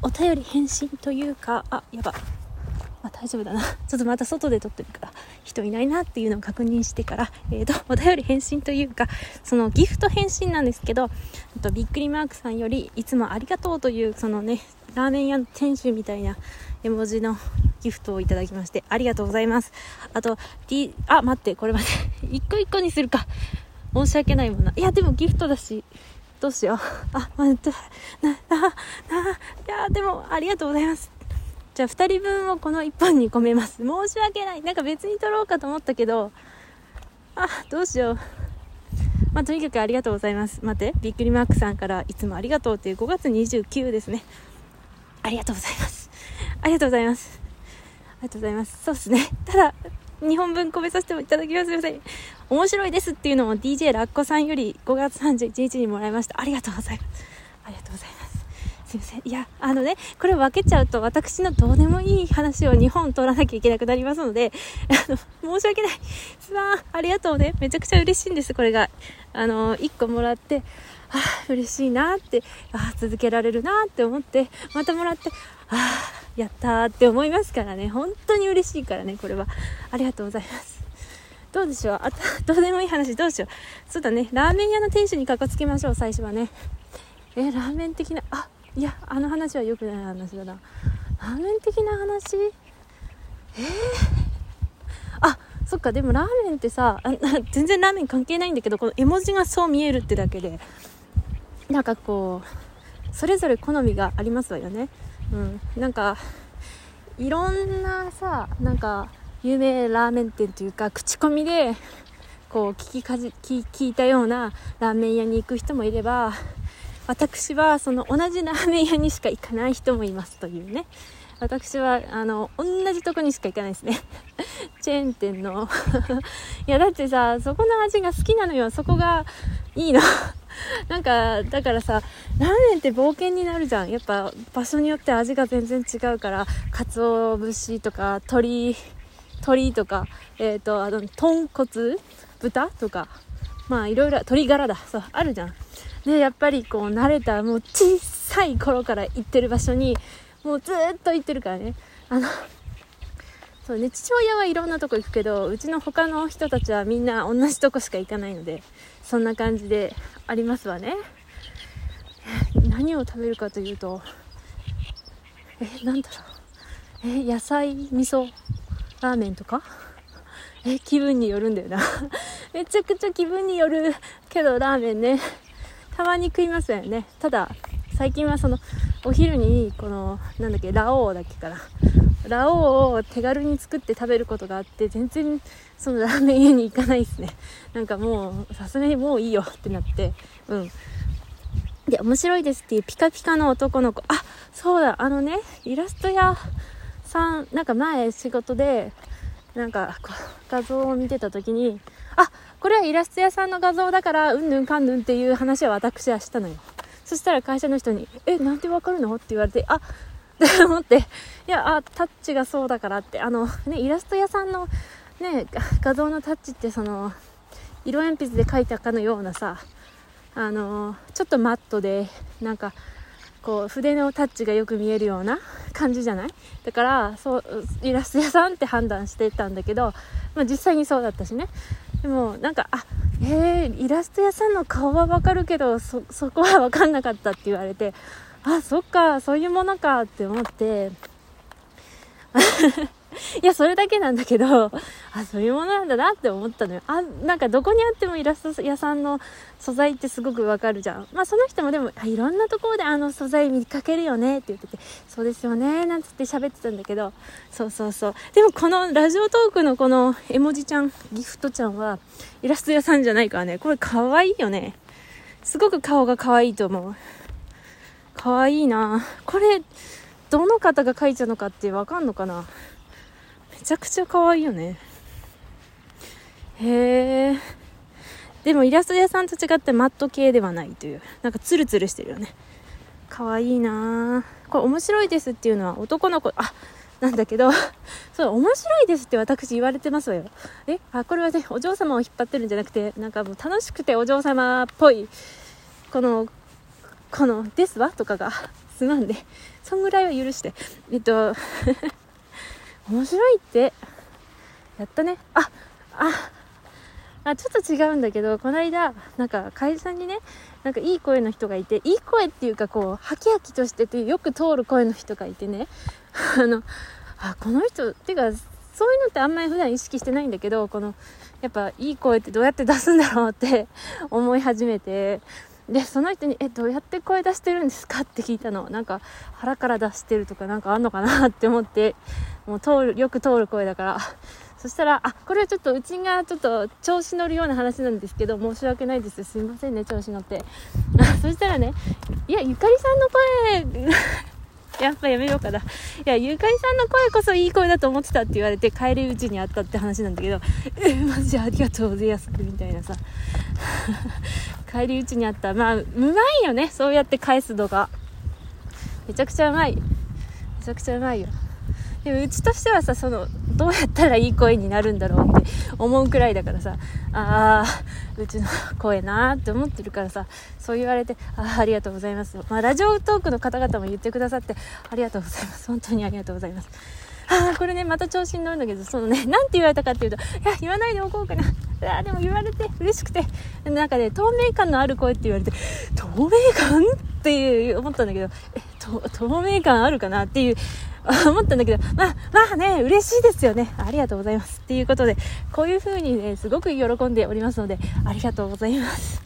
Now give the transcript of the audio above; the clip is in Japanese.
お便り返信というか、大丈夫だな。ちょっとまた外で撮ってるから人いないなっていうのを確認してから、お便り返信というか、そのギフト返信なんですけど、びっくりマークさんよりいつもありがとうという、そのね、ラーメン屋の店主みたいな絵文字のギフトをいただきまして、ありがとうございます。あと、待って、これ待って。一個一個にするか。申し訳ないもんな。いや、でもギフトだし、どうしよう。でも、ありがとうございます。じゃあ、2人分をこの1本に込めます。申し訳ない。なんか別に取ろうかと思ったけど、どうしよう。とにかくありがとうございます。待って、びっくりマークさんからいつもありがとうっていう5月29ですね。ありがとうございます。ありがとうございます。ありがとうございます。そうですね。ただ、2本分込めさせていただきます。すいません。面白いですっていうのも DJ ラッコさんより5月31日にもらいました。ありがとうございます。ありがとうございます。すいません。いや、これ分けちゃうと私のどうでもいい話を2本取らなきゃいけなくなりますので、申し訳ない。ありがとうね。めちゃくちゃ嬉しいんです。これが。1個もらって、嬉しいなって、続けられるなって思って、またもらって、やったーって思いますからね。本当に嬉しいからね、これは。ありがとうございます。どうでしょう。どうでもいい話どうしよう。そうだね。ラーメン屋の店主にかこつけましょう、最初はね。ラーメン的な、いや、話は良くない話だな。ラーメン的な話？そっか、でもラーメンってさ、全然ラーメン関係ないんだけど、この絵文字がそう見えるってだけで、なんかこう、それぞれ好みがありますわよね。なんか、いろんなさ、なんか、有名ラーメン店というか、口コミで、こう、聞いたようなラーメン屋に行く人もいれば、私はその同じラーメン屋にしか行かない人もいますというね。私は同じとこにしか行かないですね。チェーン店のいやだってさ、そこの味が好きなのよ。そこがいいのなんかだからさ、ラーメンって冒険になるじゃん。やっぱ場所によって味が全然違うから、鰹節とか鶏とか、豚骨豚とか、いろいろ鶏ガラだ、そうあるじゃん。でやっぱりこう慣れた、もう小さい頃から行ってる場所にもうずっと行ってるからね。そうね、父親はいろんなとこ行くけど、うちの他の人たちはみんな同じとこしか行かないので、そんな感じでありますわね。何を食べるかというと、なんだろう、野菜味噌ラーメンとか、気分によるんだよなめちゃくちゃ気分によるけど、ラーメンね、たまに食いますよね。ただ最近はそのお昼にこのラオウだっけかな、ラオウを手軽に作って食べることがあって、全然そのラーメン屋に行かないですね。なんかもうさすがにもういいよってなって、で、面白いですっていうピカピカの男の子、そうだ、イラスト屋さん、なんか前仕事でなんか画像を見てた時に、これはイラスト屋さんの画像だからうんぬんかんぬんっていう話は私はしたのよ。そしたら会社の人になんてわかるのって言われて、って思って、いやタッチがそうだからって、イラスト屋さんのね画像のタッチって、その色鉛筆で描いたかのようなさ、ちょっとマットでなんかこう筆のタッチがよく見えるような感じじゃない？だからそうイラスト屋さんって判断してたんだけど、実際にそうだったしね。でもなんかイラスト屋さんの顔はわかるけど、そこはわかんなかったって言われて、そっか、そういうものかって思っていやそれだけなんだけど、そういうものなんだなって思ったのよ。なんかどこにあってもイラスト屋さんの素材ってすごくわかるじゃん。その人もでもいろんなところで素材見かけるよねって言ってて、そうですよねなんつって喋ってたんだけど、そうでもこのラジオトークのこの絵文字ちゃん、ギフトちゃんはイラスト屋さんじゃないからね。これ可愛いよね。すごく顔が可愛いと思う。可愛いな。これどの方が描いたのかってわかんのかな。めちゃくちゃ可愛いよね。でもイラスト屋さんと違ってマット系ではないという、なんかツルツルしてるよね。可愛いな。これ面白いですっていうのは男の子なんだけどそう面白いですって私言われてますわよ。これはねお嬢様を引っ張ってるんじゃなくて、なんかもう楽しくてお嬢様っぽいこのですわとかがすまんね、そんぐらいは許して。面白いってやったね。ちょっと違うんだけど、この間なんか会社にね、なんかいい声の人がいて、いい声っていうかこうハキハキとしててよく通る声の人がいてね、この人ってか、そういうのってあんまり普段意識してないんだけど、このやっぱいい声ってどうやって出すんだろうって思い始めて、でその人にどうやって声出してるんですかって聞いたの。なんか腹から出してるとかなんかあんのかなって思って、もうよく通る声だから。そしたらこれはちょっとうちがちょっと調子乗るような話なんですけど、申し訳ないです、すいませんね調子乗ってそしたらね、いやゆかりさんの声やっぱやめようかな。いやゆかりさんの声こそいい声だと思ってたって言われて、帰りうちにあったって話なんだけど、マジありがとうございますみたいなさ帰りうちにあった。うまいよね、そうやって返すのがめちゃくちゃうまいよ。でもうちとしてはさ、どうやったらいい声になるんだろうって思うくらいだからさ、うちの声なーって思ってるからさ、そう言われてありがとうございます。ラジオトークの方々も言ってくださってありがとうございます。本当にありがとうございます。これねまた調子に乗るんだけど、なんて言われたかっていうと、言わないでおこうかな。でも言われて嬉しくて、なんかね透明感のある声って言われて、透明感って思ったんだけど、透明感あるかなっていう思ったんだけど、まあね嬉しいですよね。ありがとうございますっていうことで、こういう風にねすごく喜んでおりますので、ありがとうございます。